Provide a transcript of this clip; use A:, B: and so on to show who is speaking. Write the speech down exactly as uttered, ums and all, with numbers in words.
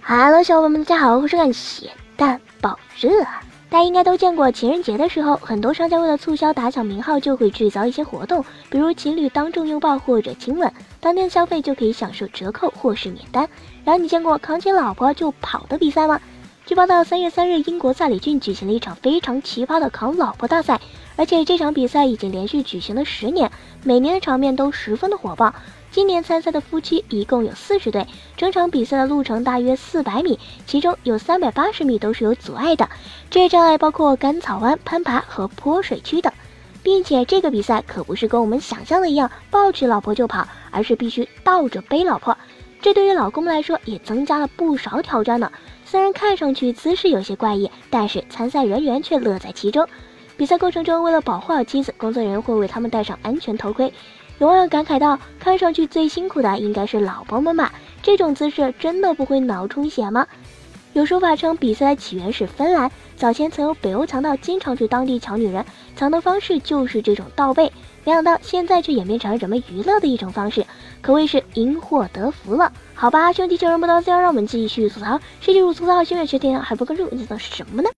A: Hello， 小伙伴们，大家好，我是看咸蛋爆热啊！大家应该都见过，情人节的时候，很多商家为了促销打响名号，就会制造一些活动，比如情侣当众拥抱或者亲吻，当天消费就可以享受折扣或是免单。然后你见过扛起老婆就跑的比赛吗？据报道，三月三日，英国萨里郡举行了一场非常奇葩的扛老婆大赛，而且这场比赛已经连续举行了十年，每年的场面都十分的火爆。今年参赛的夫妻一共有四十对，整场比赛的路程大约四百米，其中有三百八十米都是有阻碍的，这些障碍包括干草湾、攀爬和坡水区等。并且这个比赛可不是跟我们想象的一样，抱起老婆就跑，而是必须倒着背老婆，这对于老公们来说也增加了不少挑战呢。虽然看上去姿势有些怪异，但是参赛人员却乐在其中。比赛过程中，为了保护好妻子，工作人员会为他们戴上安全头盔。有网友感慨道，看上去最辛苦的应该是老婆们吧，这种姿势真的不会脑充血吗？有说法称比赛的起源是芬兰，早前曾有北欧强盗经常去当地抢女人，抢的方式就是这种倒背，没想到现在却演变成人们娱乐的一种方式，可谓是因祸得福了。好吧，兄弟救人不到自要让我们继续吐槽，世界如粗糙，心愿学天还不更入，你知道是什么呢？